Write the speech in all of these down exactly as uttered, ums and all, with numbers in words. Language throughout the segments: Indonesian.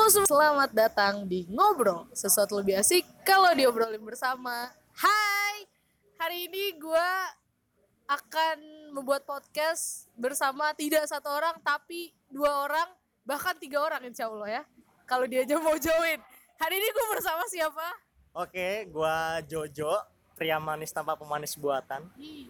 semua, selamat datang di Ngobrol. Sesuatu lebih asik kalau diobrolin bersama. Hai, hari ini gue akan membuat podcast bersama tidak satu orang tapi dua orang, bahkan tiga orang insya Allah ya. Kalau dia aja mau join. Hari ini gue bersama siapa? Oke, gua Jojo, pria manis tanpa pemanis buatan.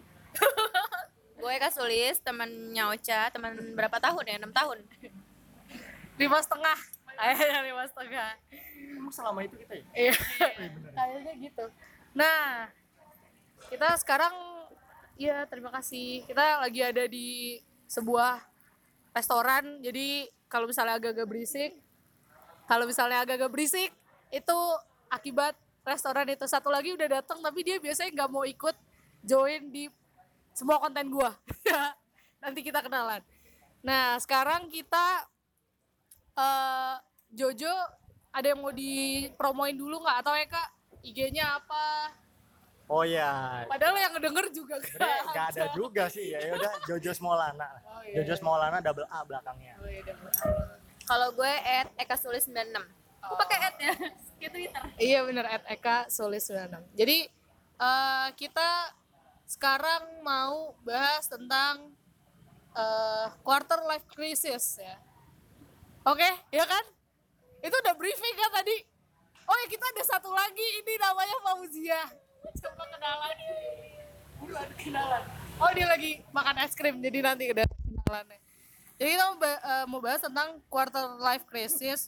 Gue Eka Sulis, temannya Ocha, teman berapa tahun ya? enam tahun. Lima setengah. Kayaknya lima setengah. Emang selama itu kita ya? Iya, kayaknya gitu. Nah, kita sekarang, ya terima kasih. Kita lagi ada di sebuah restoran. Jadi kalau misalnya agak-agak berisik, kalau misalnya agak-agak berisik, itu akibat restoran itu. Satu lagi udah datang, tapi dia biasanya nggak mau ikut join di semua konten gua. Nanti kita kenalan. Nah, sekarang kita uh, Jojo, ada yang mau dipromoin dulu nggak? Atau Eka, I G-nya apa? Oh ya, Padahal yang ngedenger juga sebenarnya nggak ada juga sih ya. Udah Jojo Smolana. Oh, iya, Jojo iya. Smolana double A belakangnya. Oh, iya, udah. Kalau gue at Eka Sulis sembilan enam. Gue pakai at ya, kayak Twitter. Iya bener, at Eka Sulis sembilan enam. Jadi uh, kita sekarang mau bahas tentang uh, quarter life crisis ya. Oke, ya kan? Itu udah briefing kan tadi? Oh ya, kita ada satu lagi, ini namanya Fauzia. Coba kenalan. Belum kenalan. Oh, dia lagi makan es krim, jadi nanti udah kenalannya. Jadi kita mau, ba- uh, mau bahas tentang quarter life crisis.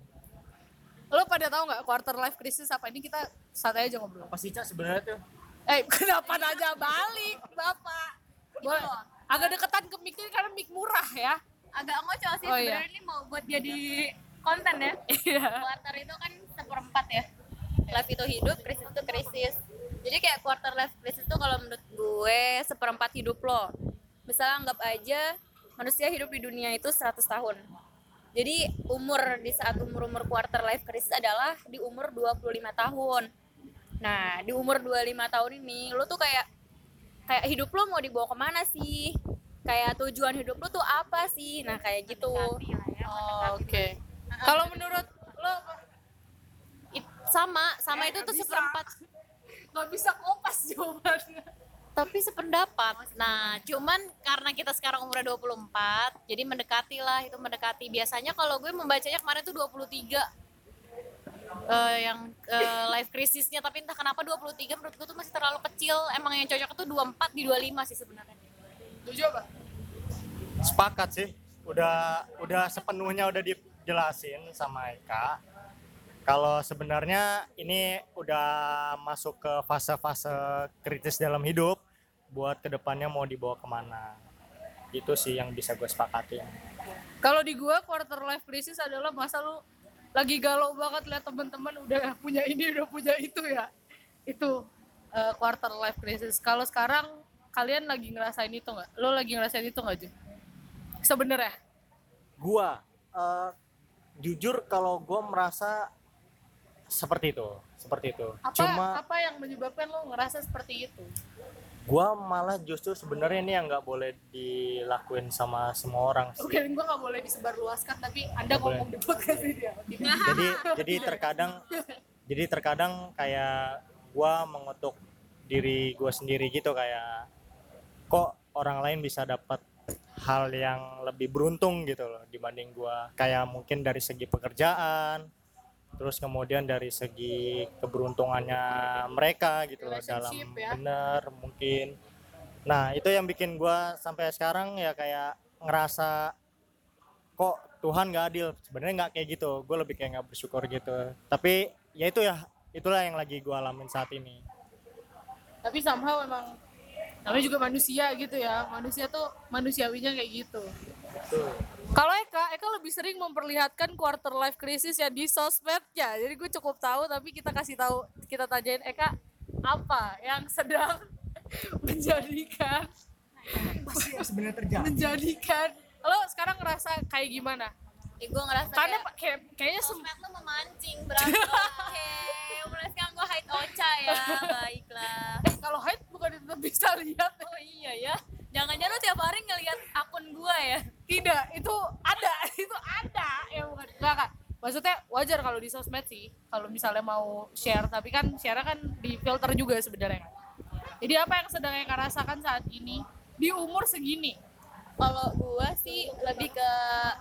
Lo pada tahu nggak quarter life crisis apa? Ini kita santai aja ngobrol. Apa sih Cak sebenarnya tuh? Eh, kenapa aja balik, Bapak? Boleh. Agak deketan ke mic ini karena mic murah ya. Agak ngocok sih, Oh, sebenarnya iya. ini mau buat jadi konten ya. Iya. Quarter itu kan seperempat ya. Life itu hidup, krisis itu krisis. Jadi kayak quarter life crisis itu kalau menurut gue seperempat hidup lo. Misalnya anggap aja manusia hidup di dunia itu seratus tahun. Jadi umur di saat umur-umur quarter life crisis adalah di umur dua puluh lima tahun. Nah, di umur dua puluh lima tahun ini lo tuh kayak kayak hidup lo mau dibawa kemana sih? Kayak tujuan hidup lo tuh apa sih? Nah, kayak gitu. Oh, oke. Kalau menurut lo apa? It- sama, sama Eh, itu nggak tuh bisa. seperempat. Nggak bisa kopas jawabannya. Tapi sependapat. Nah, cuman karena kita sekarang umurnya dua puluh empat, jadi mendekati lah, itu mendekati. Biasanya kalau gue membacanya kemarin tuh dua puluh tiga. Uh, yang uh, life krisisnya, tapi entah kenapa dua puluh tiga menurut gue tuh masih terlalu kecil. Emang yang cocok itu dua puluh empat di dua puluh lima sih sebenarnya. Setuju apa? Sepakat sih. Udah udah sepenuhnya udah dijelasin sama Eka. Kalau sebenarnya ini udah masuk ke fase-fase kritis dalam hidup, buat kedepannya mau dibawa kemana. Itu sih yang bisa gue sepakatin. Kalau di gua quarter life crisis adalah masa lu lagi galau banget lihat teman-teman udah punya ini udah punya itu ya. Itu uh, quarter life crisis. Kalau sekarang kalian lagi ngerasain itu nggak? Lo lagi ngerasain itu nggak, Ju? Sebenarnya? Gua eh, jujur kalau gua merasa seperti itu, seperti itu. Apa Cuma apa yang menyebabkan lo ngerasa seperti itu? gua malah justru sebenarnya ini yang nggak boleh dilakuin sama semua orang sih. Oke, gua nggak boleh disebarluaskan, tapi Anda Nggak ngomong di podcast ini ya. Jadi jadi terkadang jadi terkadang kayak gua mengutuk diri gua sendiri gitu, kayak kok orang lain bisa dapat hal yang lebih beruntung gitu loh dibanding gua. Kayak mungkin dari segi pekerjaan, terus kemudian dari segi keberuntungannya mereka gitu loh dalam Relationship ya. bener mungkin. Nah, itu yang bikin gua sampai sekarang ya kayak ngerasa kok Tuhan gak adil. Sebenarnya nggak kayak gitu, gue lebih kayak nggak bersyukur gitu. Tapi ya itu ya, itulah yang lagi gue alamin saat ini. Tapi somehow emang namanya juga manusia gitu ya. Manusia tuh manusiawinya kayak gitu. Tuh. Kalau Eka, Eka lebih sering memperlihatkan quarter life crisis yang di sosmednya. Jadi gue cukup tahu, tapi kita kasih tahu, kita tanyain Eka apa yang sedang menjadikan Apa sih yang sebenarnya terjadi? menjadikan lo sekarang ngerasa kayak gimana? Ya, gue ngerasa Karena kayak kayak, kayaknya sem- sosmed lu memancing berarti. Oke, mulai sekarang gue hide Ocha ya. Baiklah. eh kalau hide bukan tetap bisa lihat. Oh iya ya. Jangan-jangan lu tiap hari ngelihat akun gue ya. Tidak, itu ada, itu ada ya bukan enggak Kak. maksudnya wajar kalau di sosmed sih kalau misalnya mau share, tapi kan share kan di filter juga sebenarnya kan. Jadi apa yang sedang Eka rasakan saat ini di umur segini? Kalau gue sih lebih ke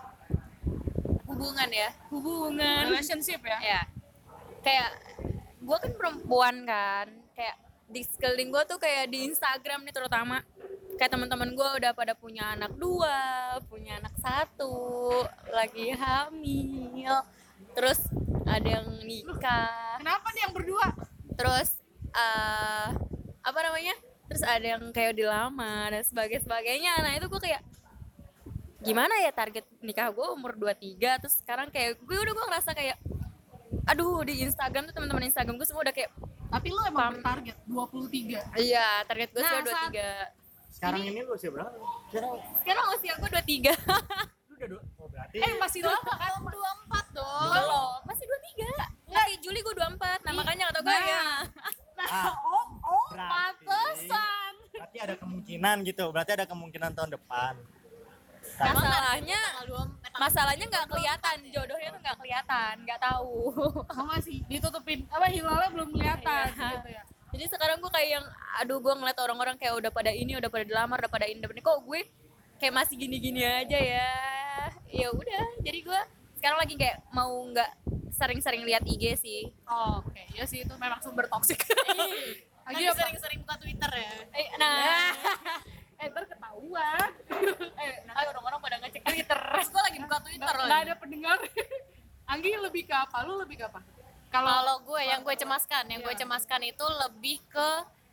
hubungan ya. Hubungan, relationship ya. Ya. Kayak gue kan perempuan kan, kayak di sekeliling gue tuh kayak di Instagram nih terutama, kayak teman-teman gue udah pada punya anak dua, punya anak satu, lagi hamil, terus ada yang nikah, Kenapa nih yang berdua? terus eh apa namanya, terus ada yang kayak dilamar dan sebagainya sebagainya. Nah itu gue kayak gimana ya, target nikah gue umur dua puluh tiga, terus sekarang kayak gue udah gue ngerasa kayak aduh, di Instagram tuh teman-teman Instagram gue semua udah kayak, Tapi lu emang bertarget dua puluh tiga. iya target gue sih Nah, dua puluh tiga. Sekarang ini lu usia berapa? Sekarang Sekarang usia gue dua puluh tiga. lu udah dua, oh berarti Eh masih lama kan? dua puluh empat dong. Belum, masih dua puluh tiga. Nanti Juli gue dua puluh empat. Nah makanya kata gue ya. ah, Oh, oh, berarti, pantesan. berarti ada kemungkinan gitu, berarti ada kemungkinan tahun depan. Masalahnya, masalahnya nggak kelihatan, jodohnya tuh nggak kelihatan, nggak tahu. Oh masih ditutupin, apa hilalnya belum kelihatan Iya. gitu ya. Jadi sekarang gue kayak yang, aduh gue ngeliat orang-orang kayak udah pada ini, udah pada dilamar, udah pada ini, udah pada ini. Kok gue kayak masih gini-gini aja ya. Ya udah, jadi gue sekarang lagi kayak mau nggak sering-sering lihat I G sih. Oh, oke. Ya sih itu memang sumber toksik. Lagi Lagi apa? sering-sering buka Twitter ya. Eh, nah, Eh, ntar ketahuan. eh, nanti orang-orang pada ngecek Twitter. Terus gue lagi buka Twitter Nggak loh. ada pendengar. Anggi lebih ke apa? Lu lebih ke apa? Kalau Kalau gue yang gue cemaskan, yang gue Iya. cemaskan itu lebih ke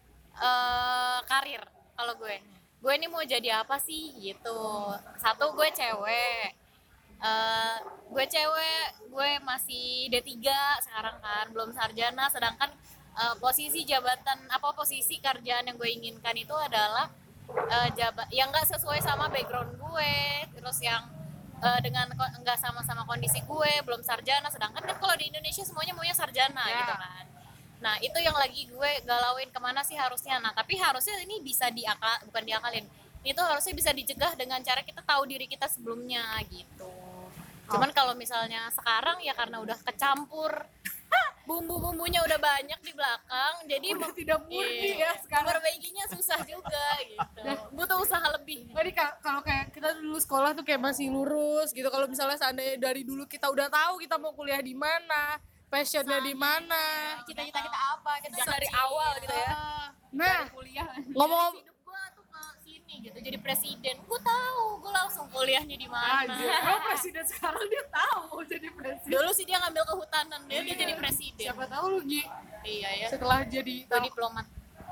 eh, karir. Kalau gue, gue ini mau jadi apa sih gitu. Satu, gue cewek. Eh, gue cewek, gue masih D tiga sekarang kan, belum sarjana. Sedangkan eh, posisi jabatan apa posisi kerjaan yang gue inginkan itu adalah eh, jabat yang nggak sesuai sama background gue, terus yang eh, dengan ko- nggak sama-sama kondisi gue, belum sarjana. Sedangkan kan kalau di Indonesia semuanya maunya sarjana Ya. gitu kan. Nah itu yang lagi gue galauin, kemana sih harusnya. Nah tapi harusnya ini bisa diakal, bukan diakalin, itu harusnya bisa dicegah dengan cara kita tahu diri kita sebelumnya gitu. Cuman kalau misalnya sekarang ya karena udah kecampur, bumbu-bumbunya udah banyak di belakang, jadi Udah mem- tidak murni ya Iya, sekarang. memperbaikinya susah juga gitu. Butuh usaha lebih. Jadi ka- kalau kayak kita dulu sekolah tuh kayak masih lurus gitu. Kalau misalnya seandainya dari dulu kita udah tahu kita mau kuliah di mana, passionnya di mana. Cita-cita kita apa? Kita dari awal gitu ya. Nah, Kuliah. ngomong Hidup gua tuh ke sini gitu, jadi presiden. Gua tahu, gua langsung kuliahnya di mana. anjir, kalau presiden sekarang dia tahu jadi presiden. Dulu sih dia ngambil kehutanan, dia dia jadi presiden. Siapa tahu lu Gi Iya ya. setelah jadi Gua diplomat.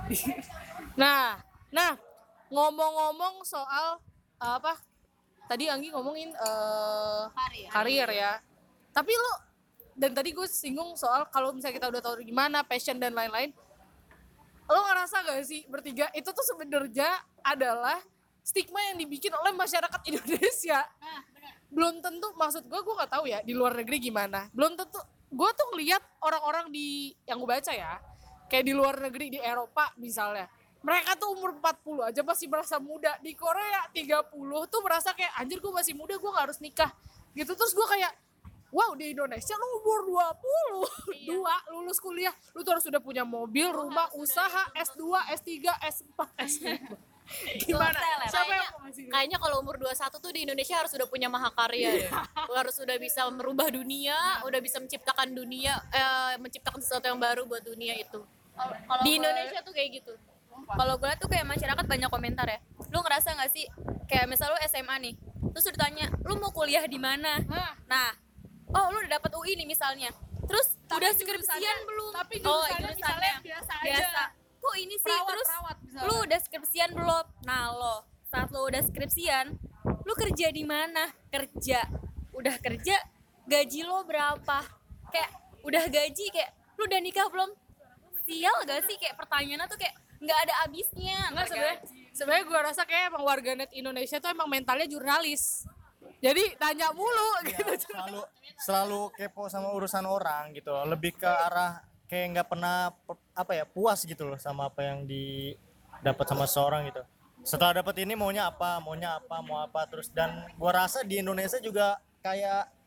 Nah, nah ngomong-ngomong soal uh, apa? Tadi Anggi ngomongin uh, Karir. karir ya. Tapi lu dan tadi gue singgung soal kalau misalnya kita udah tahu gimana passion dan lain-lain. Lo ngerasa gak sih bertiga itu tuh sebenarnya adalah stigma yang dibikin oleh masyarakat Indonesia. Belum tentu, maksud gue gue nggak tahu ya di luar negeri gimana. Belum tentu. Gue tuh ngeliat orang-orang di yang gue baca ya, kayak di luar negeri di Eropa misalnya, mereka tuh umur empat puluh aja masih merasa muda. Di Korea tiga puluh tuh merasa kayak anjir gue masih muda, gue gak harus nikah gitu. Terus gue kayak wow, di Indonesia lu umur dua puluh dua lulus kuliah lu tuh harus sudah punya mobil, rumah, usaha, S dua, S tiga, S empat, S lima. Gimana? Teler. Siapa yang Kayaknya- mau ngasih? Kayaknya kalau umur dua puluh satu tuh di Indonesia harus sudah punya mahakarya deh. Lu harus sudah bisa merubah dunia, udah bisa menciptakan dunia, eh, menciptakan sesuatu yang baru buat dunia itu. Di Indonesia tuh kayak gitu. Kalau gue liat tuh kayak masyarakat banyak komentar ya. Lu ngerasa nggak sih kayak misal lu S M A nih, terus lu ditanya, lu mau kuliah di mana? Nah, Nah, oh lu udah dapet U I nih misalnya. Terus Tapi udah jurusannya- skripsian belum? tapi oh, jurusannya misalnya biasa aja. Biasa. Kok ini sih Perawat, terus perawat misalnya. lu udah skripsian belum? Nah, lo saat lo udah skripsian, lu kerja di mana? Kerja. Udah kerja, gaji lo berapa? Kayak udah gaji kayak lu udah nikah belum? Sial gak sih kayak pertanyaannya tuh kayak nggak ada habisnya. Enggak sebenarnya sebenarnya gue rasa kayak emang warganet Indonesia tuh emang mentalnya jurnalis. Jadi tanya mulu gitu. selalu selalu kepo sama urusan orang gitu, lebih ke arah kayak nggak pernah pe- apa ya puas gitu loh sama apa yang didapat sama seseorang gitu. Setelah dapat ini maunya apa, maunya apa, mau apa terus. Dan gua rasa di Indonesia juga kayak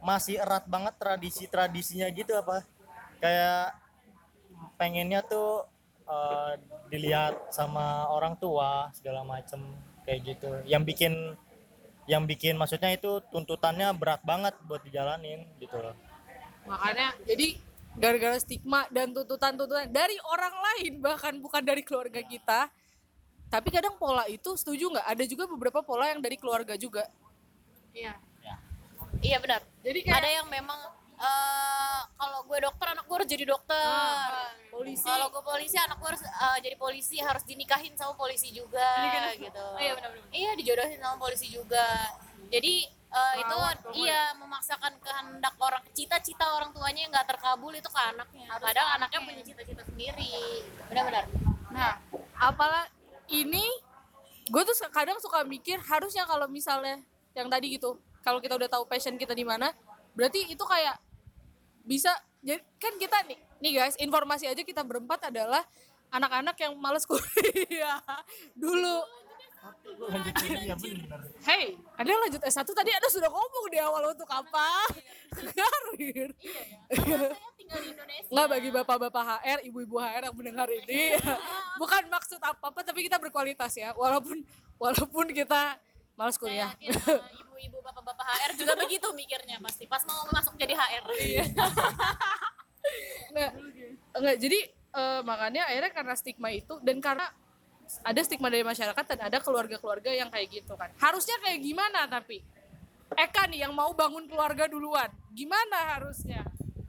masih erat banget tradisi-tradisinya gitu apa kayak pengennya tuh eh, dilihat sama orang tua segala macem kayak gitu yang bikin yang bikin maksudnya itu tuntutannya berat banget buat dijalanin gitu loh. Makanya jadi gara-gara stigma dan tuntutan-tuntutan dari orang lain bahkan bukan dari keluarga kita. Tapi kadang pola itu setuju nggak? Ada juga beberapa pola yang dari keluarga juga. Iya. Ya. Iya benar. Jadi kayak Ada yang memang eh, kalau gue dokter anak gue harus jadi dokter. Ah, polisi. Kalau gue polisi anak gue harus eh, jadi polisi, harus dinikahin sama polisi juga gitu. Oh, iya benar-benar. Iya dijodohin sama polisi juga. Jadi eh, itu Merawat pokoknya. iya memaksakan kehendak orang, cita-cita orang tuanya yang nggak terkabul itu ke anaknya. Kadang anaknya punya cita-cita sendiri. Benar-benar. Nah, apalah ini gue tuh kadang suka mikir harusnya kalau misalnya yang tadi gitu, kalau kita udah tahu passion kita di mana, berarti itu kayak bisa jadi kan kita nih, nih guys, informasi aja kita berempat adalah anak-anak yang males kuliah dulu. Gue lanjut kuliah bener. Hey, ada yang lanjut S satu tadi ada sudah ngomong di awal untuk apa? Karir. Saya tinggal di Indonesia. Nggak bagi bapak-bapak H R, ibu-ibu H R yang mendengar ini. Bukan maksud apa-apa, tapi kita berkualitas ya. Walaupun walaupun kita malas Saya kuliah. yakin eh, ibu-ibu bapak-bapak H R juga begitu mikirnya pasti pas mau masuk jadi H R. Nggak, nggak. Jadi eh, makanya akhirnya karena stigma itu dan karena ada stigma dari masyarakat dan ada keluarga-keluarga yang kayak gitu kan. Harusnya kayak gimana tapi? Eka nih yang mau bangun keluarga duluan. Gimana harusnya?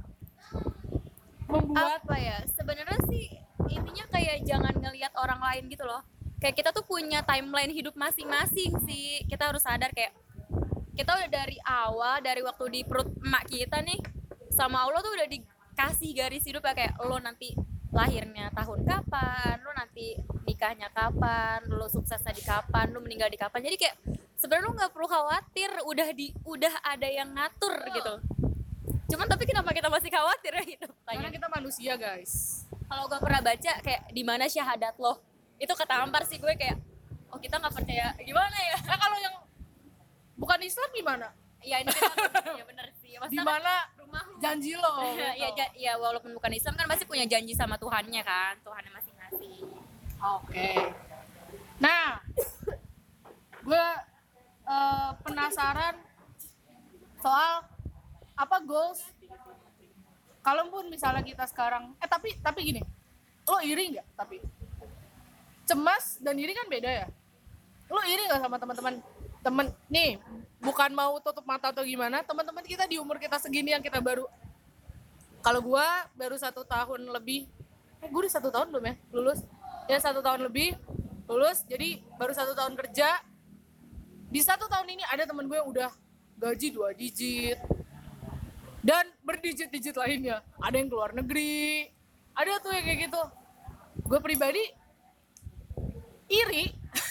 Membuat Apa ya? Sebenarnya sih intinya kayak jangan ngelihat orang lain gitu loh. Kayak kita tuh punya timeline hidup masing-masing sih. Kita harus sadar kayak kita udah dari awal, dari waktu di perut emak kita nih, sama Allah tuh udah dikasih garis hidup ya, kayak lo nanti lahirnya tahun kapan, lo nanti nikahnya kapan, lo suksesnya di kapan, lo meninggal di kapan. Jadi kayak sebenarnya lo nggak perlu khawatir, udah di udah ada yang ngatur gitu. Cuman tapi kenapa kita masih khawatir ya hidup? karena kita manusia guys. Kalau gue pernah baca kayak di mana syahadat lo, itu ketampar sih gue kayak oh kita nggak percaya gimana ya. Nah kalau yang bukan Islam gimana? Ya ini kita ya bener sih. Di Maksudnya mana rumah lo. janji lo? ya, gitu. ja- ya walaupun bukan Islam kan masih punya janji sama Tuhannya kan, Tuhannya masing-masing. Oke. Nah, gue eh, penasaran soal apa goals. Kalaupun misalnya kita sekarang, eh tapi tapi gini, lo iri nggak? Tapi cemas dan iri kan beda ya. Lo iri nggak sama teman-teman? Temen nih, bukan mau tutup mata atau gimana. Teman-teman kita di umur kita segini yang kita baru, kalau gue baru satu tahun lebih, eh gue udah satu tahun belum ya lulus? Ya satu tahun lebih lulus, jadi baru satu tahun kerja. Di satu tahun ini ada temen gue yang udah gaji dua digit dan berdijit-digit lainnya. Ada yang keluar negeri, ada tuh yang kayak gitu. Gue pribadi iri.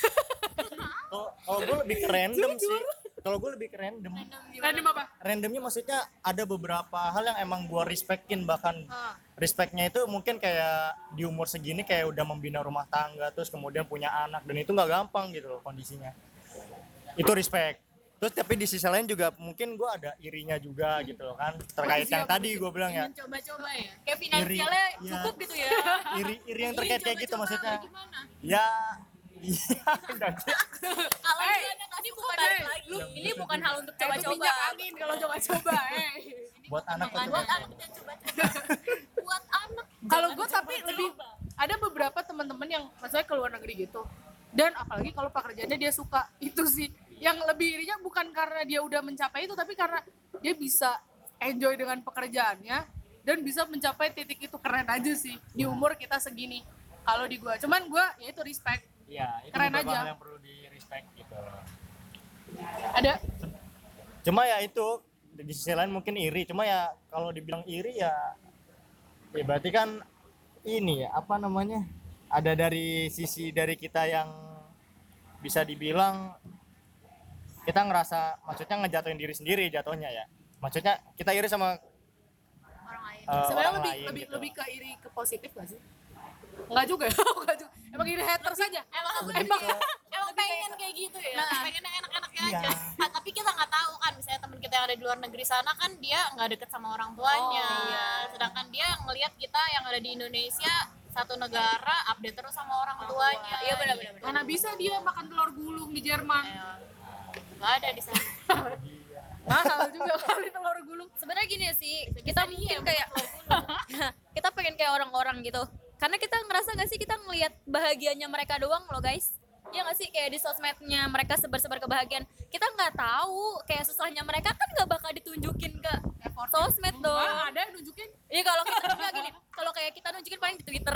Kalau kalau gue lebih ke random sih. Kalau gue lebih ke random. Random apa? Randomnya maksudnya ada beberapa hal yang emang gue respectin, bahkan Ah. respectnya itu mungkin kayak di umur segini kayak udah membina rumah tangga terus kemudian punya anak, dan itu nggak gampang gitu loh kondisinya. Itu respect. Terus tapi di sisi lain juga mungkin gue ada irinya juga gitu loh kan, terkait yang tadi gue bilang ya, Coba-coba ya. Kayak finansialnya Iri, ya. cukup gitu ya. iri iri yang terkait kayak gitu Coba-coba maksudnya. gimana? Ya iya udah. Kalau Hey, hey, tadi bukan hey, balik lagi. Ini bukan hal untuk Kayak itu coba-coba. minyak angin kalau coba-coba. Eh. Buat anak Bukan tuh buat anak dan coba-coba. Buat anak. Kalau jangan gue tapi coba-coba. lebih ada beberapa teman-teman yang maksudnya ke luar negeri gitu, dan apalagi kalau pekerjaannya dia suka, itu sih yang lebih irinya, bukan karena dia udah mencapai itu, tapi karena dia bisa enjoy dengan pekerjaannya dan bisa mencapai titik itu. Keren aja sih di umur kita segini kalau di gue. Cuman gue ya itu respect. Iya, itu Keren beberapa aja. hal yang perlu di respect gitu. Ada Cuma ya itu di sisi lain mungkin iri, cuma ya kalau dibilang iri ya ya berarti kan ini ya apa namanya, ada dari sisi dari kita yang bisa dibilang kita ngerasa maksudnya ngejatuhin diri sendiri jatuhnya ya, maksudnya kita iri sama orang lain. uh, Sebenarnya orang lebih lain lebih gitu. lebih ke iri ke positif gak sih? Enggak juga ya, enggak juga. Emang iri haters saja. Emang Emang emang, emang pengen kayak gitu ya, Nah. pengen yang enak-enaknya Iya. aja. Nah, tapi kita nggak tahu kan, misalnya teman kita yang ada di luar negeri sana kan dia nggak deket sama orang tuanya, Oh, iya. sedangkan dia ngelihat kita yang ada di Indonesia satu negara update terus sama orang tuanya. Iya benar-benar. Mana bisa dia makan telur gulung di Jerman. Nggak ada di sana. Mahal juga kali telur gulung. Sebenarnya gini sih, kita mungkin kayak kita pengen kayak orang-orang gitu. Karena kita ngerasa gak sih kita ngelihat bahagianya mereka doang loh guys. Ya gak sih kayak di sosmednya mereka sebar-sebar kebahagiaan. Kita nggak tahu kayak susahnya mereka kan nggak bakal ditunjukin ke sosmed dong. Wah, ada yang nunjukin. Iya kalau kita juga gini, kalau kayak kita nunjukin paling di Twitter.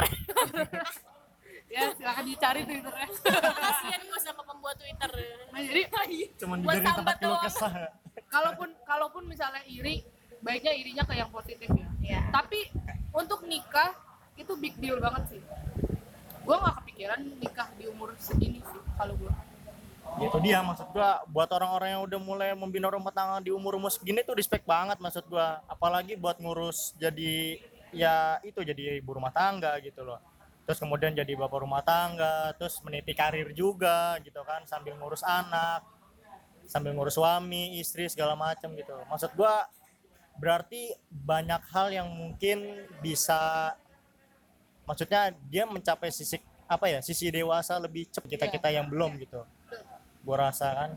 Ya, silakan dicari Twitternya. Kasian gue sama pembuat Twitter. Nah, jadi Cuman Buat dijadiin tempat sambat keluh doang. kesah. kalaupun kalaupun misalnya iri, baiknya irinya ke yang positif ya. Iya. Tapi untuk nikah itu big deal banget sih. Gua nggak kepikiran nikah di umur segini sih kalau gua. Ya itu dia maksud gua, buat orang-orang yang udah mulai membina rumah tangga di umur-umur segini tuh respect banget maksud gua. Apalagi buat ngurus jadi ya itu jadi ibu rumah tangga gitu loh. Terus kemudian jadi bapak rumah tangga, terus meniti karir juga gitu kan, sambil ngurus anak, sambil ngurus suami, istri segala macam gitu. Maksud gua berarti banyak hal yang mungkin bisa, maksudnya dia mencapai sisi apa ya, sisi dewasa lebih cepat kita kita yang belum gitu. Gua rasa kan.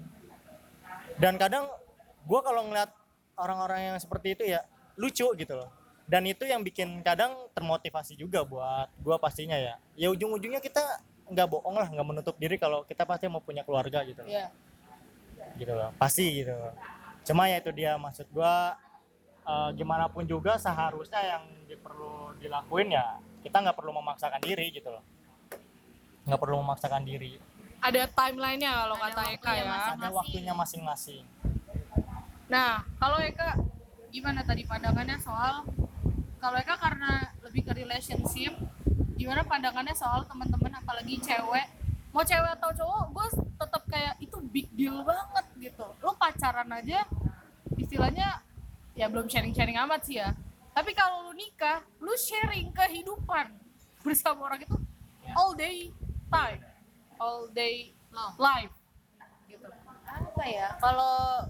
Dan kadang gua kalau ngeliat orang-orang yang seperti itu ya lucu gitu loh. Dan itu yang bikin kadang termotivasi juga buat gua pastinya ya. Ya ujung-ujungnya kita nggak bohong lah, nggak menutup diri kalau kita pasti mau punya keluarga gitu loh. Iya. Gitu loh, pasti gitu. Cuma ya itu dia maksud gua, eh, gimana pun juga seharusnya yang di- perlu dilakuin ya kita nggak perlu memaksakan diri gitu loh, nggak perlu memaksakan diri, Ada timelinenya kalau kata Eka ya. ada waktunya masing-masing. Nah, kalau Eka gimana tadi pandangannya soal, kalau Eka karena lebih ke relationship, gimana pandangannya soal teman-teman apalagi cewek, mau cewek atau cowok, gue tetap kayak itu big deal banget gitu. Lo pacaran aja istilahnya ya belum sharing-sharing amat sih ya. Tapi kalau lu nikah, lu sharing kehidupan bersama orang itu all day time, all day life gitu. Apa ya? Kalau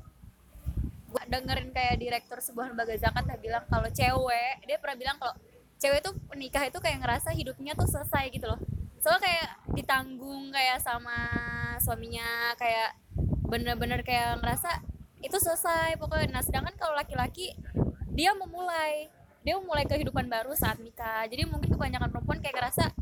gua dengerin kayak direktur sebuah lembaga zakat dia bilang kalau cewek, dia pernah bilang kalau cewek tuh nikah itu kayak ngerasa hidupnya tuh selesai gitu loh. Soalnya kayak ditanggung kayak sama suaminya, kayak bener-bener kayak ngerasa itu selesai pokoknya. Nah sedangkan kalau laki-laki dia memulai dia memulai kehidupan baru saat nikah. Jadi mungkin kebanyakan perempuan kayak ngerasa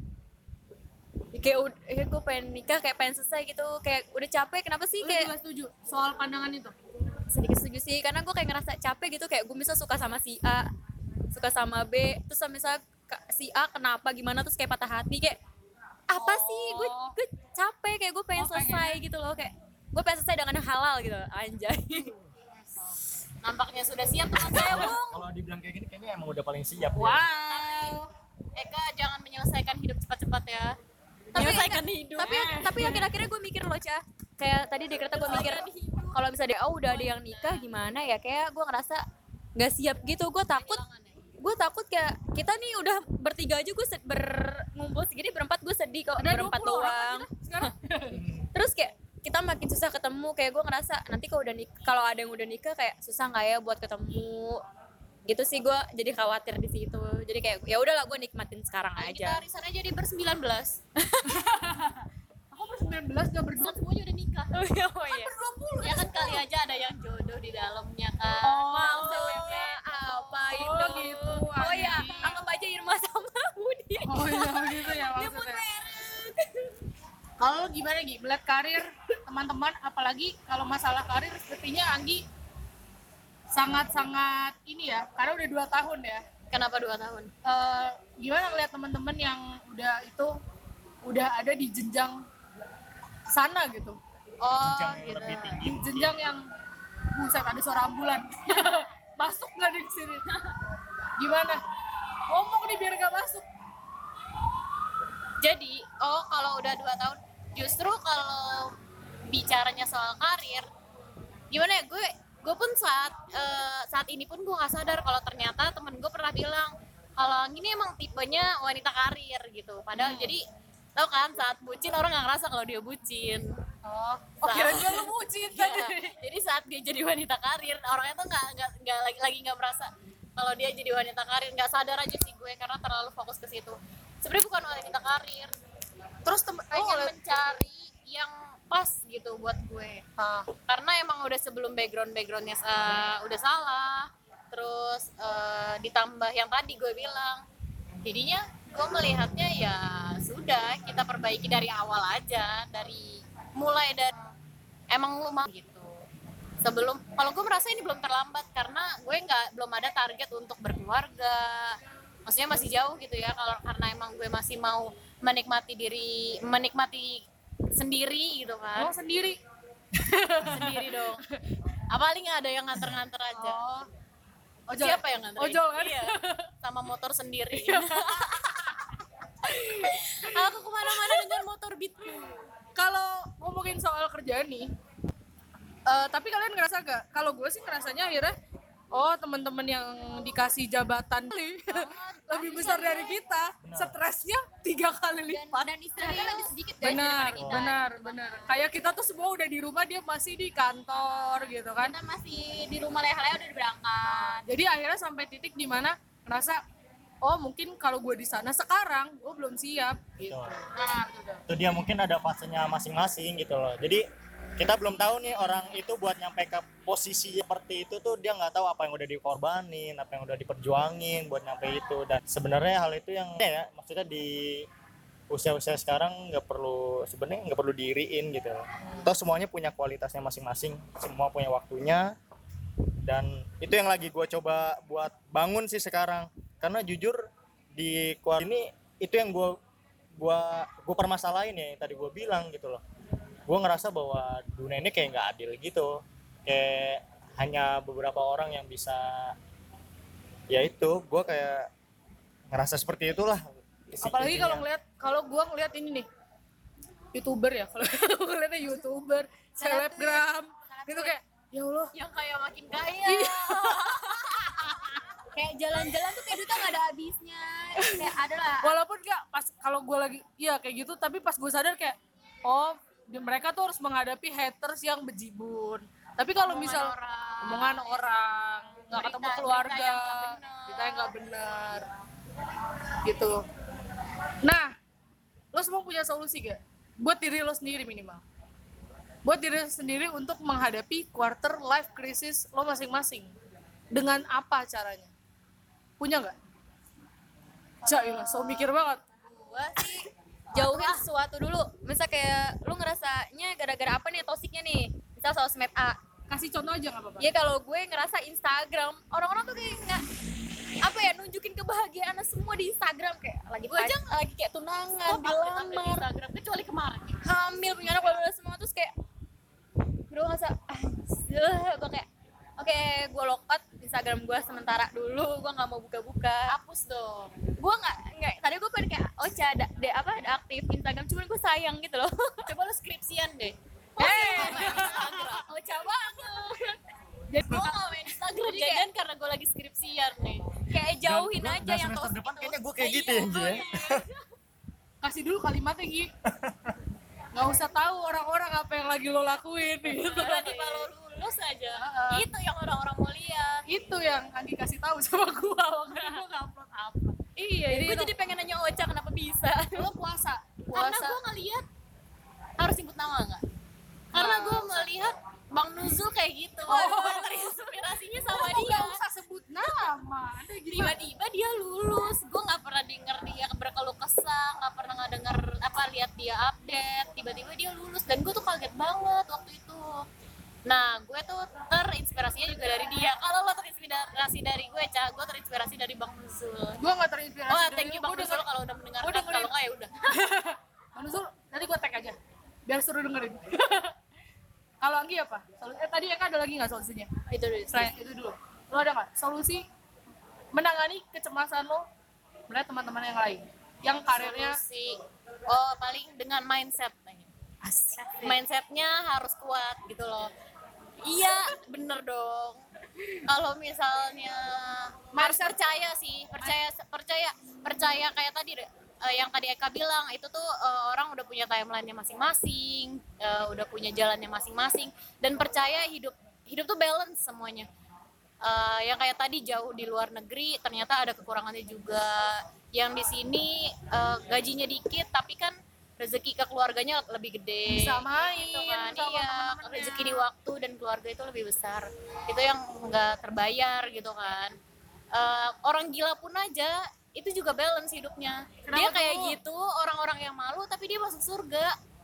kayak udah kayak gue pengen nikah, kayak pengen selesai gitu, kayak udah capek. Kenapa sih Lu kayak juga setuju soal pandangan itu? sedikit setuju sih, karena gue kayak ngerasa capek gitu, kayak gue bisa suka sama si A, suka sama B, terus misalnya si A kenapa gimana terus kayak patah hati, kayak apa sih, gue gue capek, kayak gue pengen Oh, selesai gitu loh, kayak gue pengen selesai dengan yang halal gitu, anjay. Nampaknya sudah siap teman saya, Bung. Kalau dibilang kayak gini kayaknya emang udah paling siap. ya. Wow. Eka jangan menyelesaikan hidup cepat-cepat ya. Tapi Menyelesaikan hidup. tapi tapi akhir-akhirnya gue mikir loh, Cah, kayak tadi di kereta gue mikir kalau misalnya dia oh, udah ada yang nikah gimana ya, kayak gue ngerasa nggak siap gitu. Gue takut gue takut kayak kita nih udah bertiga aja gue sed- berkumpul segini berempat gue sedih kok, Ada berempat dua puluh orang doang. kita sekarang. Terus kayak kita makin susah ketemu, kayak gue ngerasa nanti kalau udah nik kalau ada yang udah nikah kayak susah nggak ya buat ketemu gitu sih. Gue jadi khawatir di situ, jadi kayak ya udahlah gue nikmatin sekarang Kita aja. arisan aja di ber sembilan belas. Aku per sembilan belas gak berdua. Kan semuanya udah nikah. Oh iya, oh iya. dua puluh. Ya kan kali aja ada yang jodoh di dalamnya kan. Maksudnya apa Oh, itu? gitu, Oh iya, Andi. anggap aja Irma sama Budi. Oh iya gitu ya maksudnya. Kalau lu gimana Gi, melihat karir teman-teman, apalagi kalau masalah karir sepertinya Anggi sangat-sangat ini ya, karena udah dua tahun ya. Kenapa dua tahun? Eh, gimana ngeliat teman-teman yang udah itu udah ada di jenjang sana gitu, Oh, Jenjang yang gitu. lebih tinggi. di jenjang yang buset ada suara ambulan masuk nggak di sini? Gimana? Ngomong nih biar gak masuk. Jadi, oh kalau udah dua tahun, justru kalau bicaranya soal karir, gimana ya, gue gue pun saat eh, saat ini pun gue nggak sadar kalau ternyata temen gue pernah bilang kalau ini emang tipenya wanita karir gitu. Padahal Hmm. jadi tau kan saat bucin orang nggak ngerasa kalau dia bucin. Oh, oh Saat- kira dia lu bucin tadi. Iya. Jadi saat dia jadi wanita karir orangnya tuh nggak nggak nggak lagi lagi nggak merasa kalau dia jadi wanita karir, nggak sadar aja sih gue karena terlalu fokus ke situ. Sebenarnya bukan wanita karir, Terus temen pengen oh, ngeliat- mencari yang pas gitu buat gue. Ah, Karena emang udah sebelum background backgroundnya uh, udah salah, terus uh, ditambah yang tadi gue bilang, jadinya gue melihatnya ya sudah kita perbaiki dari awal aja, dari mulai dari emang lu mau gitu. Sebelum kalau gue merasa ini belum terlambat karena gue nggak belum ada target untuk berkeluarga, maksudnya masih jauh gitu ya. Kalau karena emang gue masih mau menikmati diri, menikmati sendiri gitu kan, oh sendiri. sendiri dong. Apalagi nggak ada yang nganter-nganter aja. Oh. Ojol. Siapa yang nganterin? Ojol kan? Iya, sama motor sendiri. Aku kemana-mana dengan motor beatku. Kalau ngomongin soal kerjaan nih, eh, tapi kalian ngerasa gak? Kalau gue sih ngerasanya akhirnya, oh teman-teman yang dikasih jabatan lebih besar dari kita, stresnya tiga kali Dan, lipat. dan istirahatnya lebih sedikit guys Benar, daripada kita. benar, benar. Kayak kita tuh semua udah di rumah, dia masih di kantor gitu kan. Kita masih di rumah leha-leha udah berangkat. Jadi akhirnya sampai titik dimana ngerasa, oh mungkin kalau gue di sana sekarang gue belum siap gitu. Betul. Nah, gitu. Itu dia mungkin ada fasenya masing-masing gitu loh. Jadi kita belum tahu nih orang itu buat nyampe ke posisi seperti itu tuh dia nggak tahu apa yang udah dikorbanin, apa yang udah diperjuangin buat nyampe itu. Dan sebenarnya hal itu yang ya maksudnya di usia-usia sekarang nggak perlu sebenarnya nggak perlu diiriin gitu loh. Toh semuanya punya kualitasnya masing-masing, semua punya waktunya. Dan itu yang lagi gue coba buat bangun sih sekarang. Karena jujur di keluarga ini itu yang gue gua gue permasalahin ya yang tadi gue bilang gitu loh. Gue ngerasa bahwa dunia ini kayak nggak adil gitu, kayak hanya beberapa orang yang bisa, ya itu gue kayak ngerasa seperti itulah. Apalagi Intinya. kalau ngeliat, kalau gue ngeliat ini nih, youtuber ya, kalau gue ngeliatnya youtuber, selebgram, itu kayak ya Allah. Yang kayak makin kaya. Iya. Kayak jalan-jalan tuh kayak duitnya nggak ada habisnya. Kayak ada lah. Walaupun gak pas kalau gue lagi iya kayak gitu, tapi pas gue sadar kayak oh di- mereka tuh harus menghadapi haters yang bejibun. Tapi kalau misal orang. omongan orang nggak Berita- ketemu berita keluarga, yang nggak benar. kita yang nggak benar gitu. Nah, lo semua punya solusi gak buat diri lo sendiri minimal, buat diri lo sendiri untuk menghadapi quarter life crisis lo masing-masing? Dengan apa caranya? Punya nggak? Jailah, so mikir banget. Gua sih jauhin sesuatu dulu. Misal kayak lu ngerasanya gara-gara apa nih toksiknya nih? Misal sosmed A. Kasih contoh aja nggak apa-apa. Ya kalau gue ngerasa Instagram, orang-orang tuh kayak nggak apa ya nunjukin kebahagiaan semua di Instagram kayak lagi Gue aja pac- lagi kayak tunangan, Stop update update di dilamar, Instagram kecuali kemarin. hamil, punya anak, bla semua terus kayak gue ngerasa ah, gue kayak oke gue lock out Instagram gue sementara dulu, gue nggak mau buka-buka. Hapus dong. Gue nggak nggak tadi gue pengen kayak oh ada de apa ada aktif Instagram cuman gue sayang gitu loh. Coba lu skripsian deh. Eh, Oh coba jadi gue gak main Instagram Jadi jangan kayak- karena gue lagi skripsian nih. kayak jauhin Dan- aja dan yang semester toxic depan itu. kayaknya gue kayak gitu Iya, ya Ji, ya. Kasih dulu kalimatnya Gi. Nggak usah tahu orang-orang apa yang lagi lo lakuin gitu. Tiba-tiba lo lulus aja. Heeh. Itu yang orang-orang mau lihat. Itu yang Anggi kasih tahu sama gua waktu itu gua upload apa. Iya, Gue itu jadi pengen nanya Ocha kenapa bisa. lo puasa. Karena Puasa. gue ngelihat harus sebut nama nggak? Karena gue melihat Bang Nuzul kayak gitu. Oh. Gue terinspirasinya sama dia. Nggak usah sebut nama. Ada gimana? Tiba-tiba dia lulus. Gue nggak pernah denger dia berkeluh kesah, nggak pernah nggak denger apa lihat dia update. Tiba-tiba dia lulus dan gue tuh kaget banget waktu itu. Nah, gue tuh terinspirasinya juga dari dia. Kalau lo terinspirasi dari gue, Ca, gue terinspirasi dari Bang Nuzul. Gua nggak terinspirasi. Oh, dari thank you lo. Bang Gua Nuzul denger- kalau udah mendengarkan. Gua dengerin. Kalau nggak ya udah. Bang Nuzul, nanti gua tag aja. Biar suruh dengerin. Kalau Anggi apa? Solu- eh tadi Eka ada lagi nggak solusinya? Itu dulu. Selain itu dulu. Lo ada nggak solusi menangani kecemasan lo melihat teman-teman yang lain yang karirnya Solusi. Oh, paling dengan mindset. Asik. Mindsetnya harus kuat gitu loh. Iya, bener dong. Kalau misalnya harus percaya sih, percaya percaya percaya kayak tadi deh, eh, yang tadi Eka bilang itu tuh eh, orang udah punya timelinenya masing-masing, eh, udah punya jalannya masing-masing, dan percaya hidup hidup tuh balance semuanya. Eh, yang kayak tadi jauh di luar negeri ternyata ada kekurangannya juga. Yang di sini eh, gajinya dikit tapi kan rezeki ke keluarganya lebih gede. Bisa main gitu kan. sama Iya, teman-temannya. rezeki di waktu dan keluarga itu lebih besar. Itu yang nggak terbayar gitu kan. Eh, orang gila pun aja itu juga balance hidupnya. Dia Kenapa kayak tuh? gitu, orang-orang yang malu tapi dia masuk surga.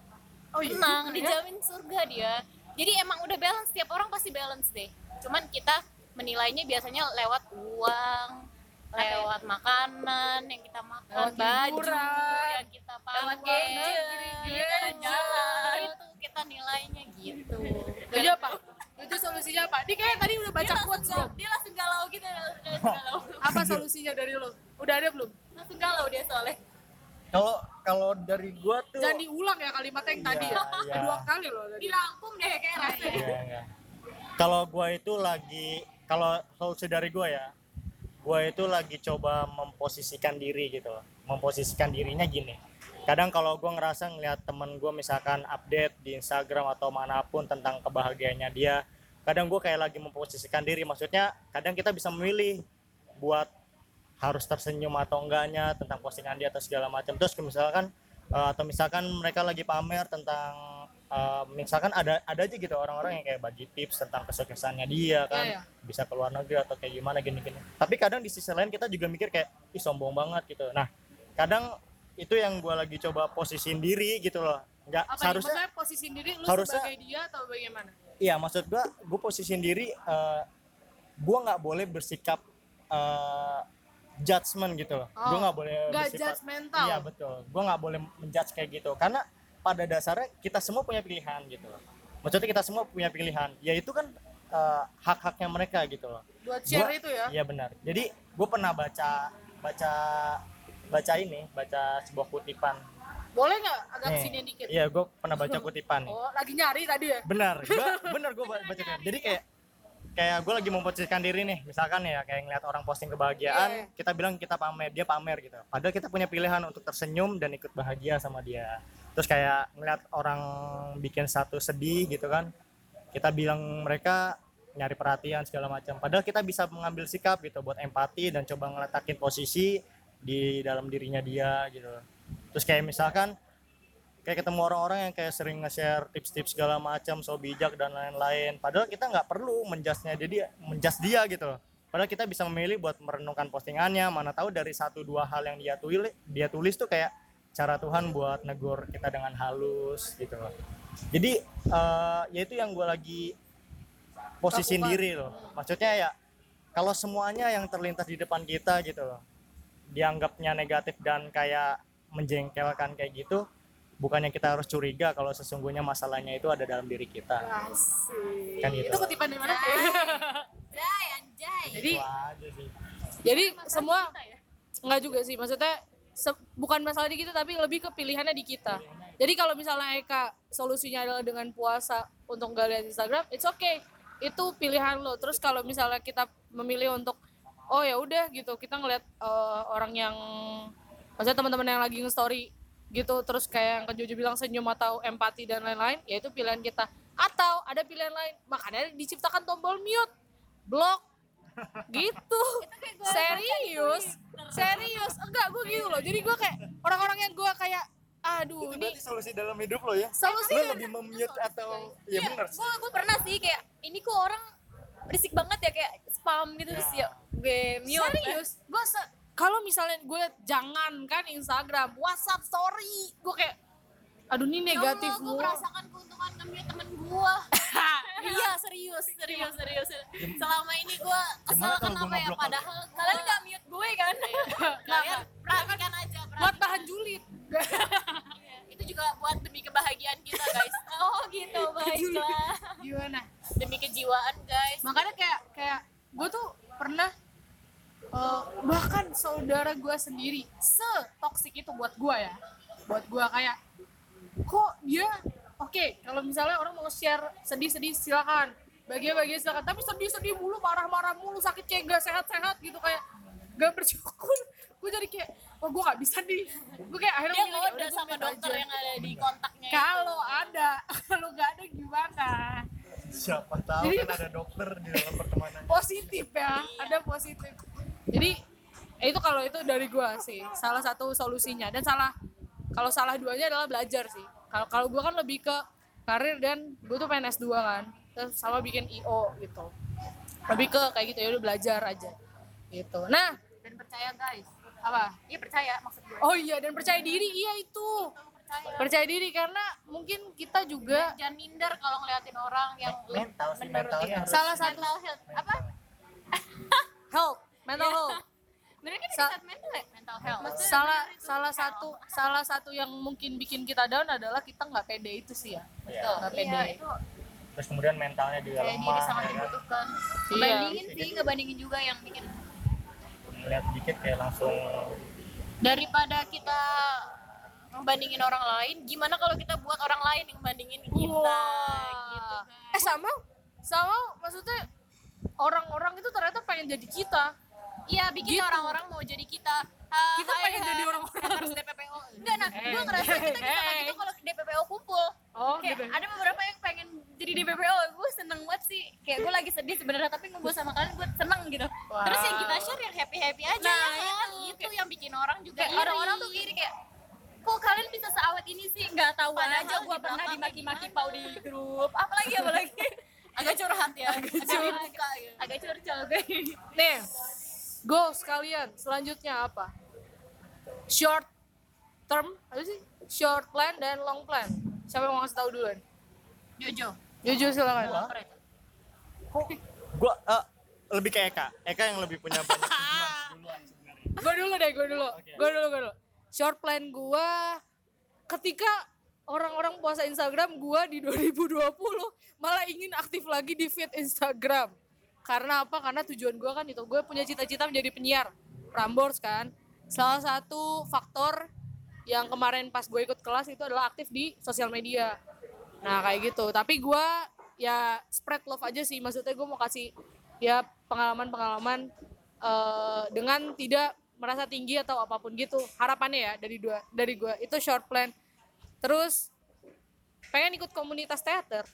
Oh iya. Tenang, dijamin surga dia. Jadi emang udah balance, setiap orang pasti balance deh. Cuman kita menilainya biasanya lewat uang, lewat makanan yang kita makan, Lewat baju hiburan, yang kita lewat pakai, gadget, jalan-jalan itu kita nilainya gitu. Jadi apa? Itu solusinya apa? Dia kayak tadi udah baca Dia quotes langsung, belum? dia langsung galau gitu, langsung galau. Apa solusinya dari lo? Udah ada belum? Langsung galau dia soalnya. Kalau kalau dari gua tuh Jangan diulang ya kalimatnya yang tadi ya. Iya, iya. Dua kali loh tadi. Dirangkum deh kayak rasanya. Iya, iya. Kalau gua itu lagi kalau solusi dari gua ya, gua itu lagi coba memposisikan diri gitu loh. Memposisikan dirinya gini. Kadang kalau gua ngerasa ngeliat temen gua misalkan update di Instagram atau manapun tentang kebahagiaannya dia, kadang gua kayak lagi memposisikan diri. Maksudnya kadang kita bisa memilih buat harus tersenyum atau enggaknya tentang postingan dia atau segala macam. Terus misalkan eh, atau misalkan mereka lagi pamer tentang eh, misalkan ada ada aja gitu orang-orang yang kayak bagi tips tentang kesuksesannya dia kan, Iya, iya. bisa keluar negeri atau kayak gimana gini-gini. Tapi kadang di sisi lain kita juga mikir kayak ih sombong banget gitu. Nah, kadang itu yang gue lagi coba posisiin diri gitu loh. Nggak Apa nih? seharusnya Maksudnya posisi diri lu harusnya- sebagai dia atau bagaimana? iya maksud gue gue posisiin diri uh, gue nggak boleh bersikap eh, judgement gitu loh. Oh, Gue nggak boleh nggak bersifat- judgmental. Iya betul. Gue nggak boleh menjudge kayak gitu karena pada dasarnya kita semua punya pilihan gitu loh. Maksudnya kita semua punya pilihan. Ya itu kan eh, hak-haknya mereka gitu loh. Buat share Gua- itu ya. Iya benar. Jadi gue pernah baca baca baca ini baca sebuah kutipan. Boleh nggak agak Nih, sini dikit? Iya gue pernah baca kutipan nih. Oh, lagi nyari tadi ya? Benar, gue benar gue baca kan. Jadi kayak kayak gue lagi memposisikan diri nih, misalkan ya kayak ngeliat orang posting kebahagiaan, Iya. kita bilang kita pamer, dia pamer gitu. Padahal kita punya pilihan untuk tersenyum dan ikut bahagia sama dia. Terus kayak ngeliat orang bikin satu sedih gitu kan, kita bilang mereka nyari perhatian segala macam. Padahal kita bisa mengambil sikap gitu buat empati dan coba ngeletakin posisi di dalam dirinya dia gitu. Terus kayak misalkan kayak ketemu orang-orang yang kayak sering nge-share tips-tips segala macam, so bijak dan lain-lain. Padahal kita nggak perlu menjudge-nya dia, menjudge dia gitu loh. Padahal kita bisa memilih buat merenungkan postingannya, mana tahu dari satu dua hal yang dia tulis, dia tulis tuh kayak cara Tuhan buat negur kita dengan halus gitu loh. Jadi eh, ya itu yang gue lagi posisiin Lakukan. diri loh. Maksudnya ya kalau semuanya yang terlintas di depan kita gitu loh, dianggapnya negatif dan kayak menjengkelkan kayak gitu, bukannya kita harus curiga kalau sesungguhnya masalahnya itu ada dalam diri kita. Asik. Kan gitu. Itu kutipan di mana? Anjay, anjay. Jadi Itu aja sih. jadi semua nggak juga sih, maksudnya se- bukan masalah di kita tapi lebih ke pilihannya di kita. Jadi kalau misalnya Eka solusinya adalah dengan puasa untuk nggak lihat Instagram, it's okay, itu pilihan lo. Terus kalau misalnya kita memilih untuk oh ya udah gitu, kita ngeliat eh, orang yang maksudnya teman-teman yang lagi nge-story gitu, terus kayak yang Kak Jojo bilang senyum atau empati dan lain-lain, ya itu pilihan kita. Atau ada pilihan lain, makanya diciptakan tombol mute, block, gitu. Serius, serius, enggak gue gitu loh. Jadi gue kayak orang-orang yang gue kayak, aduh Itu ini berarti solusi dalam hidup lo ya? solusi Lo lebih mem-mute atau ya benar sih. gue gue pernah sih kayak ini kok orang berisik banget ya kayak spam gitu terus ya gue mute. serius. Gue se- kalau misalnya gue liat jangan kan Instagram, WhatsApp story, gue kayak, aduh ini negatif gue mulu. merasakan keuntungan nge-mute temen gue. Iya serius serius serius. Selama ini gue kesel Gimana kalau kenapa gua ya ngeblok padahal kalian nggak mute gue kan. Kalian perhatikan aja. Buat perhatikan. tahan julid. Iya, itu juga buat demi kebahagiaan kita guys. Oh gitu baiklah. Gimana? Demi kejiwaan guys. Makanya kayak kayak gue tuh pernah eh, bahkan saudara gue sendiri se-toxic itu buat gue ya, buat gue kayak kok dia oke kalau misalnya orang mau share sedih-sedih silakan, bahagia-bahagia silakan, tapi sedih-sedih mulu, marah-marah mulu, sakit kayak gak sehat-sehat gitu, kayak gak bersyukur. Gue jadi kayak, oh gue gak bisa nih, gue kayak akhirnya Dia milih, ngode "Yaudah, gua sama main dokter aja." yang ada di kontaknya. Kalau ada, kalau gak ada gimana? Siapa tahu Jadi- kan ada dokter di dalam pertemanan. Positif ya, ada positif. Jadi eh, itu kalau itu dari gua sih, salah satu solusinya. Dan salah, kalau salah duanya adalah belajar sih. Kalau kalau gua kan lebih ke karir, dan gua tuh pengen S dua kan, terus sama bikin I O gitu. Lebih ke kayak gitu, ya udah belajar aja gitu. Nah, Dan percaya guys. apa? Iya percaya maksud gue. Oh iya, dan percaya diri, iya itu. Percaya. Percaya diri karena mungkin kita juga Jangan minder kalau ngeliatin orang yang Mental sih, menurut mentalnya dia. harus- salah satu mental health apa? health, mental health. Bener kan Sa- di saat mental ya? Mental health. Maksudnya salah bener itu salah health. satu salah satu yang mungkin bikin kita down adalah kita nggak pede itu sih ya. Iya. Nggak pede. Iya itu Terus kemudian mentalnya juga kayak diri lemah, sangat ya kan? dibutuhkan. Iya. Bandingin sih, ngebandingin juga yang bikin Ngeliat dikit kayak langsung daripada kita ngebandingin orang lain, gimana kalau kita buat orang lain yang bandingin kita gitu Wah. kan. Eh sama sama maksudnya orang-orang itu ternyata pengen jadi kita. Iya, bikin Gitu. orang-orang mau jadi kita. Ah, Kita hai, pengen hai, jadi orang-orang. haters D P P O. Enggak, nah, gue Eh, ngerasa kita bisa kayak eh. gitu kalau D P P O kumpul. Oh Kayak gitu. ada beberapa yang pengen jadi D P P O, gue seneng banget sih. Kayak gue lagi sedih sebenarnya, tapi ngumpul sama kalian gue seneng gitu. Wow. Terus yang kita share yang happy happy aja. Nah, ya kan? Itu yang bikin orang juga Kayak iri. orang-orang tuh iri kayak, kok kalian bisa seawet ini sih? Nggak tahu Padahal aja gue di pernah belakangnya dimaki-maki gimana? pau di grup. Apalagi apalagi. Agak curhat ya. Agak curhat. ya. Agak curcol gue. Nih, goals kalian selanjutnya apa? Short term, apa sih? Short plan dan long plan. Siapa yang mau ngasih tahu duluan? Jojo. Jujur silakan. Gua? Gua eh, lebih ke Eka. Eka yang lebih punya banyak tujuan duluan sebenarnya. Gue dulu deh, gue dulu. Oke. Gue dulu, gue dulu. Short plan gue ketika orang-orang puasa Instagram, gue di dua ribu dua puluh malah ingin aktif lagi di feed Instagram. Karena apa? Karena tujuan gue kan itu, gue punya cita-cita menjadi penyiar Prambors kan. Salah satu faktor yang kemarin pas gue ikut kelas itu adalah aktif di sosial media. Nah kayak gitu. Tapi gue ya spread love aja sih. Maksudnya gue mau kasih ya pengalaman-pengalaman eh, dengan tidak merasa tinggi atau apapun gitu. Harapannya ya dari dua dari gue itu short plan. Terus pengen ikut komunitas teater.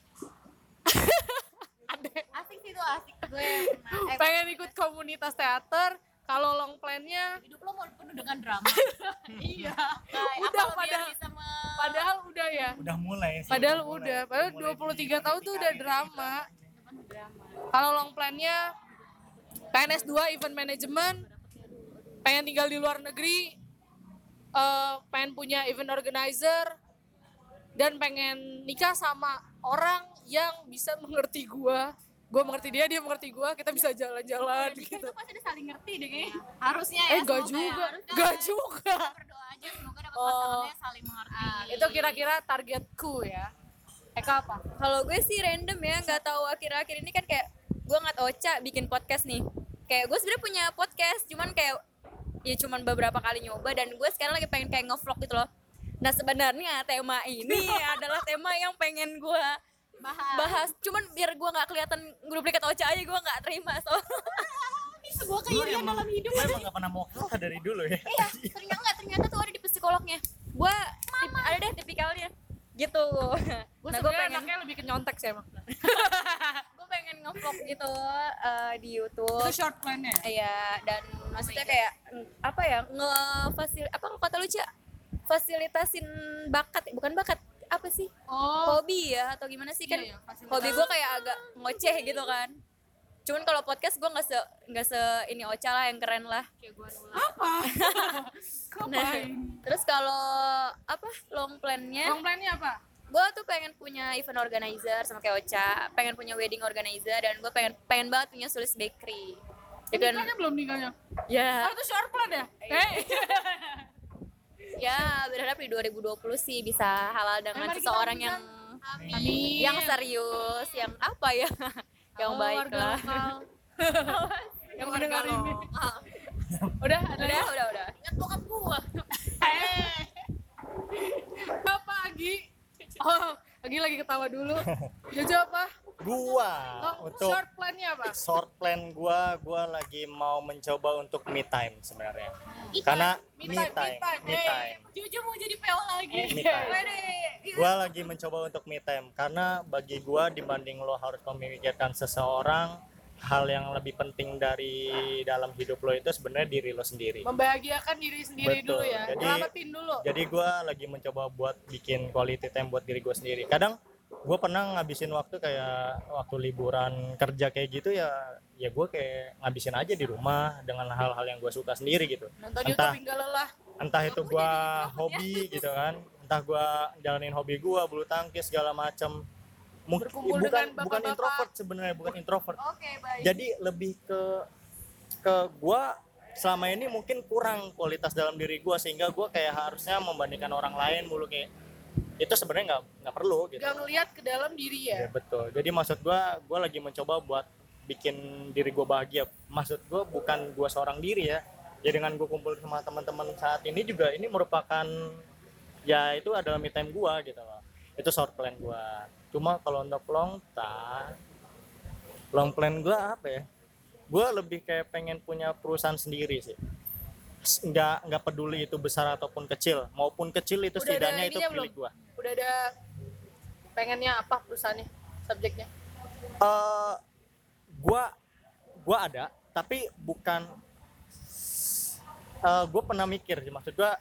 Asik sih itu asik gue pernah. Eh, Pengen ikut komunitas teater. Kalau long plan-nya hidup lo mau penuh dengan drama. iya. Kayak Udah, apa lo biar padahal- bisa me- Padahal udah ya. Udah mulai sih. Padahal mulai. udah, padahal Mulai dua puluh tiga di- tahun tuh udah drama. Kalau long plan-nya pengen S dua event management, pengen tinggal di luar negeri, eh, pengen punya event organizer, dan pengen nikah sama orang yang bisa mengerti gua. Gua mengerti dia, dia mengerti gua, kita bisa jalan-jalan Jadi gitu. itu pasti udah saling ngerti deh kayaknya. Harusnya ya. Eh, gak semoga juga, ya. Harusnya gak ya. juga. Berdoa aja semoga dapat Oh. pasangannya saling mengerti. Itu kira-kira targetku ya. Eka apa? Kalau gue sih random ya, nggak tahu akhir-akhir ini kan kayak gue nggak Ocha bikin podcast nih. Kayak gue sebenarnya punya podcast, cuman kayak ya cuman beberapa kali nyoba, dan gue sekarang lagi pengen kayak nge-vlog gitu loh. Nah sebenarnya tema ini adalah tema yang pengen gue Bahas. bahas, cuman biar gue nggak kelihatan duplikat Ocha aja, gue nggak terima so. Ini sebuah Lu keirian emang- dalam hidup. lu emang gak pernah mau kalah dari dulu ya. Iya, ternyata nggak ternyata tuh ada di psikolognya. Gue ada deh tipikalnya gitu. Gue Nah gue sebenarnya pengen anaknya lebih ke nyontek sih emang. gue pengen nge-vlog gitu eh, di YouTube. Itu short plan-nya. Iya, dan maksudnya kayak mm, apa ya, ngefasil apa kata lu Cia? Fasilitasin bakat, bukan bakat, apa sih? Oh, Hobi ya atau gimana sih kan? Iya, iya, fasilitas. Hobi gue kayak agak ngoceh gitu kan. Cuman kalau podcast gue nggak se nggak se ini Ocha lah, yang keren lah. apa? Nah, Ngapain? terus kalau apa long plan-nya? Long plan-nya apa? Gue tuh pengen punya event organizer sama kayak Ocha, pengen punya wedding organizer, dan gue pengen pengen banget punya Sulis Bakery. Eh, Dan nikahnya belum nikahnya? ya, Oh, itu short plan ya? Eh, ya berharap di dua ribu dua puluh sih bisa halal dengan mari kita seseorang aminkan. yang Amin. yang serius, yang apa ya, yang Halo, baik warga lah. lokal. Yang Warga mendengar ini. lokal. Udah, ada Udah, ya? udah, udah. Ingat bokap gua. Eh. Apa Agi? Oh, Agi lagi ketawa dulu. Jojo apa? gua Long, untuk short plan-nya apa? short plan gua gua lagi mau mencoba untuk me time sebenarnya. Me Karena Me me time, me time, time, me hey. time. Jujur mau jadi P O lagi. Me time. Wede. Gua lagi mencoba untuk me time karena bagi gua dibanding lo harus memikirkan seseorang, hal yang lebih penting dari dalam hidup lo itu sebenarnya diri lo sendiri. Membahagiakan diri sendiri Betul. dulu ya. Jadi- Selamatin dulu. Jadi gua lagi mencoba buat bikin quality time buat diri gua sendiri. Kadang gue pernah ngabisin waktu kayak waktu liburan kerja kayak gitu ya ya gue kayak ngabisin aja di rumah dengan hal-hal yang gue suka sendiri gitu, Nonton entah YouTube hingga lelah. entah itu gue hobi gitu kan, entah gue jalanin hobi gue bulu tangkis segala macam. Mungkin Berkumpul bukan dengan bukan bapak-bapak. introvert sebenarnya, bukan introvert, Oke, baik. jadi lebih ke ke gue selama ini mungkin kurang kualitas dalam diri gue sehingga gue kayak harusnya membandingkan orang lain mulu, kayak itu sebenarnya nggak nggak perlu gitu. Gak ngeliat ke dalam diri Ya ya. betul. Jadi maksud gua, gua lagi mencoba buat bikin diri gua bahagia. Maksud gua bukan gua seorang diri ya. Ya dengan gua kumpul sama teman-teman saat ini juga ini merupakan ya itu adalah me time gua gitu loh. Itu short plan gua. Cuma kalau untuk long time, long plan gua apa ya? Gua lebih kayak pengen punya perusahaan sendiri sih. Nggak nggak peduli itu besar ataupun kecil, maupun kecil itu Udah ada setidaknya itu ininya milik belum? gua. Udah ada pengennya apa perusahaannya, subjeknya? eh gua gua ada tapi bukan eh gua pernah mikir sih, maksud gua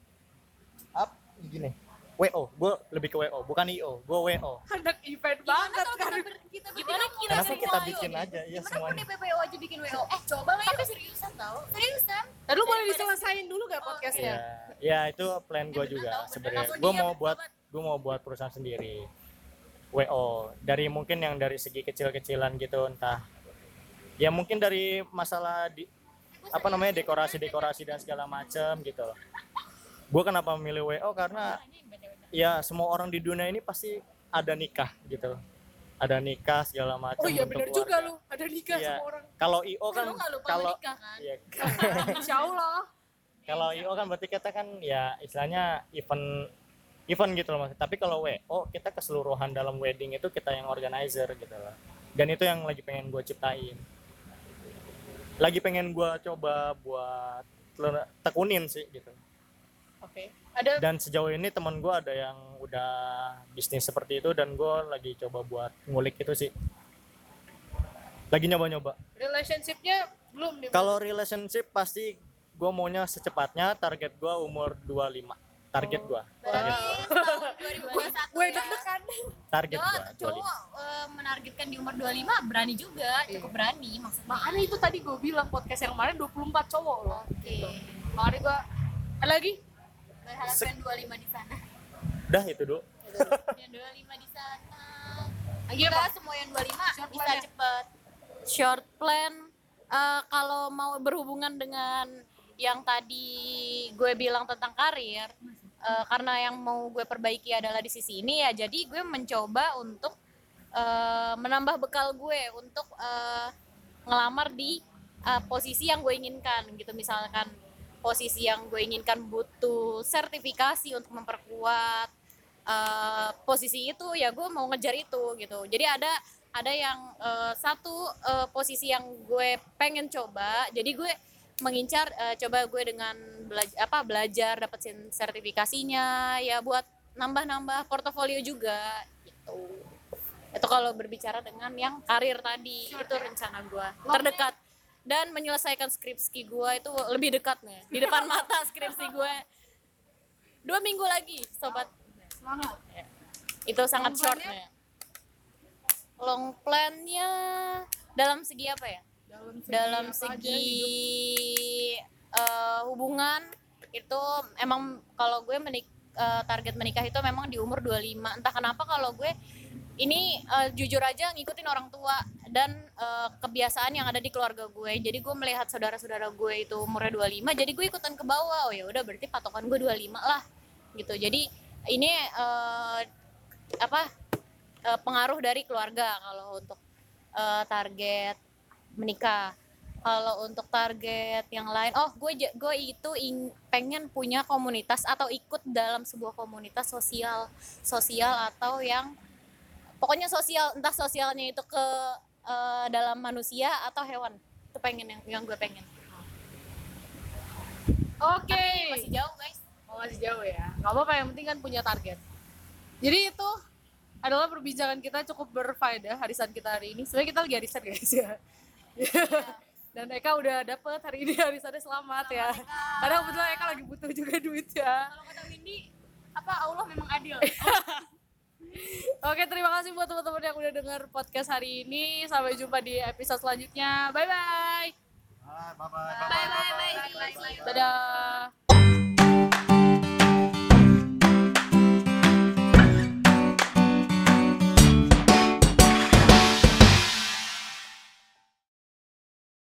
up gini W O, gua lebih ke W O bukan I O, gua W O Anak event Gimana banget kalau kan. kita, ber, kita gimana kita kenapa semua kita ayo bikin nih? aja ya Gimana semuanya. kalau di P P O aja bikin W O? Eh, coba lah. Tapi seriusan tau? Seriusan? Tadi lu boleh Daripada- diselesain dulu gak podcastnya? ya ya itu plan gua bener juga tau, bener. sebenarnya. Langsung Gua diam, mau buat sobat. gua mau buat perusahaan sendiri, W O, dari mungkin yang dari segi kecil-kecilan gitu, entah ya mungkin dari masalah di apa namanya dekorasi-dekorasi dan segala macam gitu loh. Gue kenapa memilih W O karena ya semua orang di dunia ini pasti ada nikah gitu, ada nikah segala macam. Oh iya bentuk bener juga keluarga. lu, ada nikah Iya. sama orang. Kalau I O kan Lu nggak lupa kalau menikah kan? ya, Insya Allah. kalau I O kan berarti kita kan ya istilahnya event event gitu loh Mas. Tapi kalau W O kita keseluruhan dalam wedding itu kita yang organizer gitu loh. Dan itu yang lagi pengen gue ciptain. Lagi pengen gue coba buat le- tekunin sih gitu. Oke. Ada Dan sejauh ini teman gue ada yang udah bisnis seperti itu dan gue lagi coba buat ngulik itu sih. Lagi nyoba-nyoba. relationship-nya belum nih. Kalau relationship pasti gue maunya secepatnya, target gue umur dua puluh lima. Target gue. Target gua. Tahun dua ribu dua puluh satu Gue ya. deg-degan. Target Cowok, gue dua puluh cowok lima. eh, menargetkan di umur dua puluh lima berani juga, cukup berani maksudnya. Makanya itu tadi gue bilang podcast yang kemarin dua puluh empat cowok loh. Oke. Makanya gue ada lagi. Berharapkan dua puluh lima di sana. Udah itu dulu. Yang dua puluh lima di sana. Lagi Kita apa? semua yang dua puluh lima Short bisa plan-nya. cepet. Short plan eh, kalau mau berhubungan dengan yang tadi gue bilang tentang karir, eh, karena yang mau gue perbaiki adalah di sisi ini ya, jadi gue mencoba untuk eh, menambah bekal gue untuk eh, ngelamar di eh, posisi yang gue inginkan gitu. Misalkan posisi yang gue inginkan butuh sertifikasi untuk memperkuat eh, posisi itu, ya gue mau ngejar itu gitu. Jadi ada ada yang eh, satu eh, posisi yang gue pengen coba, jadi gue mengincar eh, coba gue dengan belajar apa belajar dapetin sertifikasinya ya buat nambah-nambah portofolio juga gitu. Itu kalau berbicara dengan yang karir tadi, itu rencana gue terdekat. Dan menyelesaikan skripsi gue itu lebih dekat nih, di depan mata skripsi gue dua minggu lagi sobat. Semangat. Itu sangat Long short plan-nya? nih. Long plan-nya dalam segi apa ya? Dalam segi, Dalam apa aja segi hidup. eh, hubungan itu emang kalau gue menik eh, target menikah itu memang di umur dua puluh lima. Entah kenapa kalau gue ini eh, jujur aja ngikutin orang tua dan eh, kebiasaan yang ada di keluarga gue. Jadi gue melihat saudara-saudara gue itu umurnya dua puluh lima, jadi gue ikutan ke bawah. Oh ya udah berarti patokan gue dua puluh lima lah gitu. Jadi ini eh, apa eh, pengaruh dari keluarga kalau untuk eh, target menikah. Kalau untuk target yang lain, oh gue j- gue itu ing- pengen punya komunitas atau ikut dalam sebuah komunitas sosial sosial atau yang pokoknya sosial, entah sosialnya itu ke eh, dalam manusia atau hewan. Itu pengen yang yang gue pengen. Oke. Tapi masih jauh guys. Oh, masih jauh ya. Gak apa-apa, yang penting kan punya target. Jadi itu adalah perbincangan kita cukup berfaedah harisan kita hari ini. Sebenarnya kita lagi harisan guys ya. Dan Eka udah dapet hari ini harisannya, selamat, selamat ya. Eka. Karena kebetulan Eka lagi butuh juga duit ya. Kalau kata Windy, apa Allah memang adil. Oke, terima kasih buat teman-teman yang udah dengar podcast hari ini. Sampai jumpa di episode selanjutnya. Bye bye. Bye bye bye Bye bye bye. Dadah.